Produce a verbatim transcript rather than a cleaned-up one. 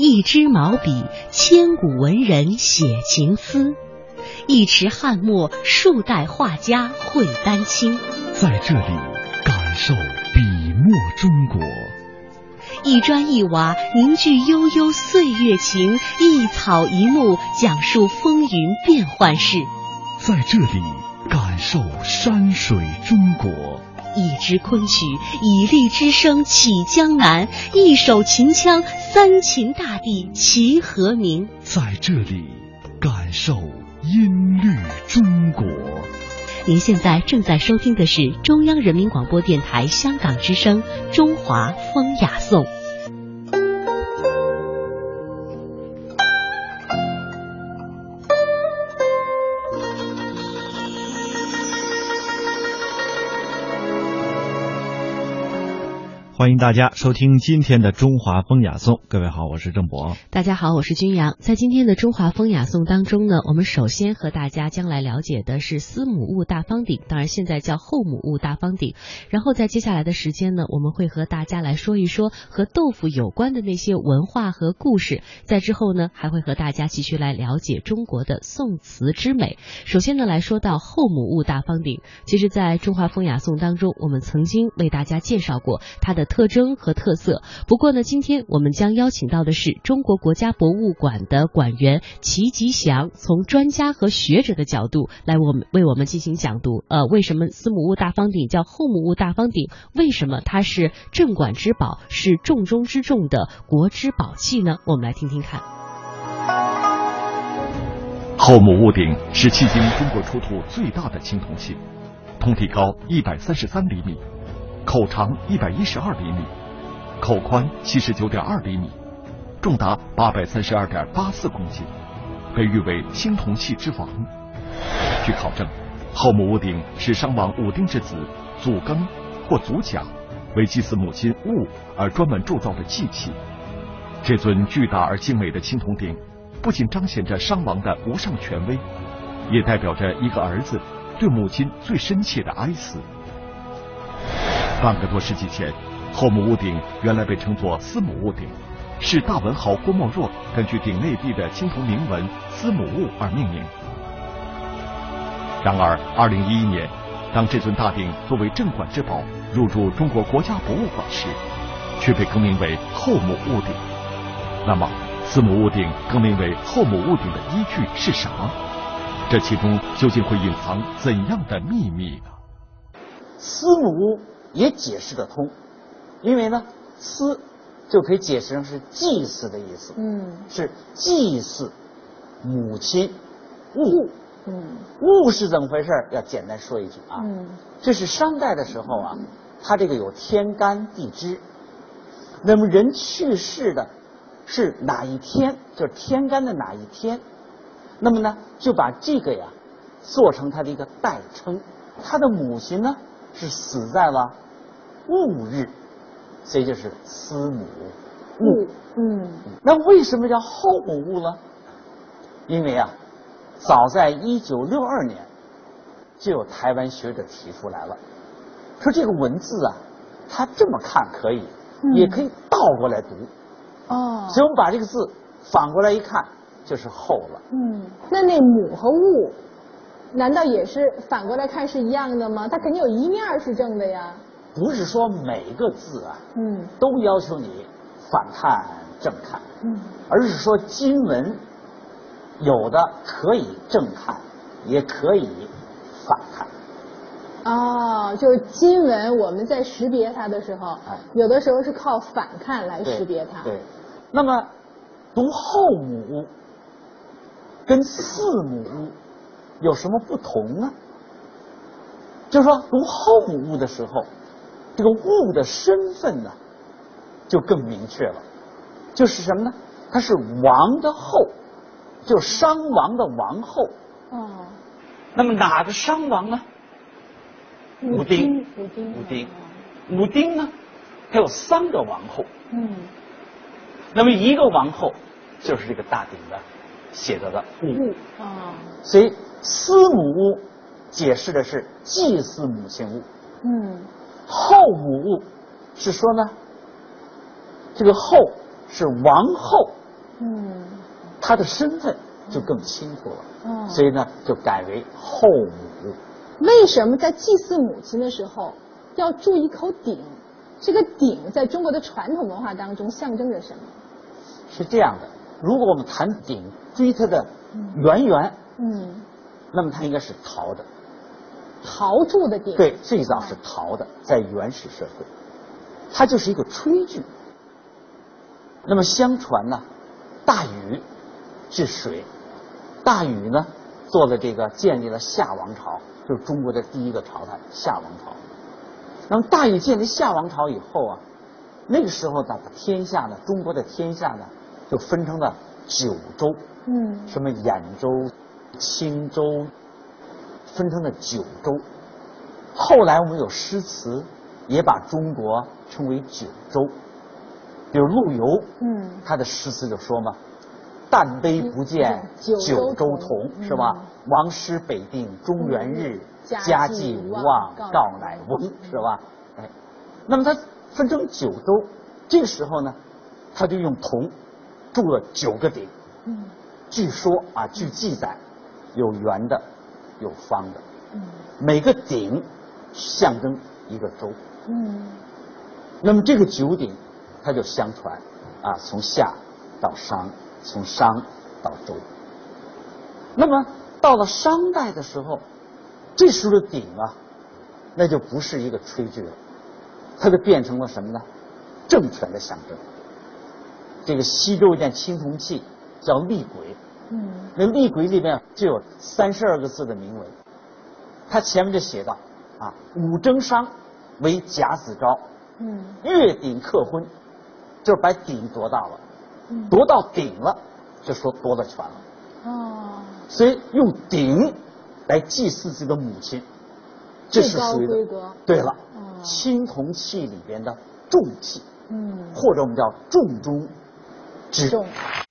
一支毛笔，千古文人写情思；一池汉墨，数代画家绘丹青。 在这里感受笔墨中国。 一砖一瓦凝聚悠悠岁月情，一草一木讲述风云变幻事。 在这里感受山水中国。 一支昆曲，以力之声起江南；一手秦腔，三秦大地齐和鸣。 在这里感受音律中国。 您现在正在收听的是中央人民广播电台香港之声《中华风雅颂》。 欢迎大家收听今天的中华风雅颂。各位好，我是郑博。 大家好，我是君阳。在今天的中华风雅颂当中呢，我们首先和大家将来了解的是司母戊大方鼎，当然现在叫后母戊大方鼎。然后在接下来的时间呢，我们会和大家来说一说和豆腐有关的那些文化和故事。在之后呢，还会和大家继续来了解中国的宋词之美。首先呢，来说到后母戊大方鼎，其实在中华风雅颂当中，我们曾经为大家介绍过它的特征和特色。不过呢，今天我们将邀请到的是中国国家博物馆的馆员齐吉祥，从专家和学者的角度来我们为我们进行讲读。呃，为什么司母戊大方鼎叫后母戊大方鼎？为什么它是镇馆之宝，是重中之重的国之宝器呢？我们来听听看。 后母戊鼎是迄今中国出土最大的青铜器，通体高一百三十三厘米，口长一百一十二厘米，口宽七十九点二厘米，重达八百三十二点八四公斤，被誉为青铜器之王。据考证，后母戊鼎是商王武丁之子祖庚或祖甲为祭祀母亲戊而专门铸造的祭器。这尊巨大而精美的青铜鼎，不仅彰显着商王的无上权威，也代表着一个儿子对母亲最深切的哀思。半个多世纪前，后母戊鼎原来被称作司母戊鼎，是大文豪郭沫若根据鼎内壁的青铜铭文司母戊而命名。然而二零一一年，当这尊大鼎作为镇馆之宝入驻中国国家博物馆时，却被更名为后母戊鼎。那么司母戊鼎更名为后母戊鼎的依据是啥？这其中究竟会隐藏怎样的秘密呢？ 司母戊也解释得通，因为呢，司就可以解释成是祭祀的意思，嗯，是祭祀母亲戊，嗯，戊是怎么回事？要简单说一句啊，嗯，这是商代的时候啊，它这个有天干地支，那么人去世的是哪一天，就是天干的哪一天，那么呢，就把这个呀做成他的一个代称，他的母亲呢是死在了戊日，所以就是司母戊。嗯，那为什么叫后母戊呢？因为啊，早在一九六二年，就有台湾学者提出来了，说这个文字啊，它这么看可以，嗯、也可以倒过来读。哦，所以我们把这个字反过来一看，就是后了。 嗯，那那母和戊，难道也是反过来看是一样的吗？它肯定有一面是正的呀。 不是说每个字啊，嗯，都要求你反看正看，嗯，而是说经文有的可以正看，也可以反看。 哦，就是经文我们在识别它的时候，哎，有的时候是靠反看来识别它。 对，对，那么读后母戊跟司母戊有什么不同呢？就是说读后母戊的时候，这个戊的身份呢就更明确了，就是什么呢？他是王的后，就商王的王后。哦，那么哪个商王呢？武丁。武丁。武丁。武丁呢，他有三个王后。嗯。那么一个王后就是这个大鼎的写着的戊。啊。所以司母戊解释的是祭祀母亲戊。嗯。后母戊是说呢，这个后是王后嗯， 他的身份就更清楚了。 嗯， 所以呢，就改为后母。 为什么在祭祀母亲的时候要铸一口鼎？这个鼎在中国的传统文化当中象征着什么？ 是这样的，如果我们谈鼎，追它的渊源， 嗯， 那么它应该是陶的。 陶铸的鼎。 对，最早是陶的，在原始社会，它就是一个炊具。那么相传呢，大禹治水，大禹呢做了这个建立了夏王朝，就是中国的第一个朝代夏王朝。那么大禹建立夏王朝以后啊，那个时候的天下呢，中国的天下呢，就分成了九州， 嗯， 什么兖州、青州，分成了九州。后来我们有诗词，也把中国称为九州。比如陆游，嗯，他的诗词就说嘛：“但悲不见九州同，是吧？王师北定中原日，家祭无忘告乃翁，是吧？”哎，那么它分成九州，这个时候呢，他就用铜铸了九个鼎。嗯，据说啊，据记载，有圆的，有方的。嗯，每个鼎象征一个州。嗯，那么这个九鼎，它就相传啊，从夏到商，从商到周。那么到了商代的时候，这时候的鼎啊，那就不是一个炊具了，它就变成了什么呢？政权的象征。这个西周一件青铜器叫厉轨，嗯，那厉轨里面就有三十二个字的铭文，它前面就写道啊：武征商为甲子昭，嗯，越鼎克昏，就是把鼎夺到了，嗯，夺到鼎了，就说夺了权了。哦，所以用鼎来祭祀自己的母亲，这是属于的。对了，哦，青铜器里边的重器，嗯，或者我们叫重中之重。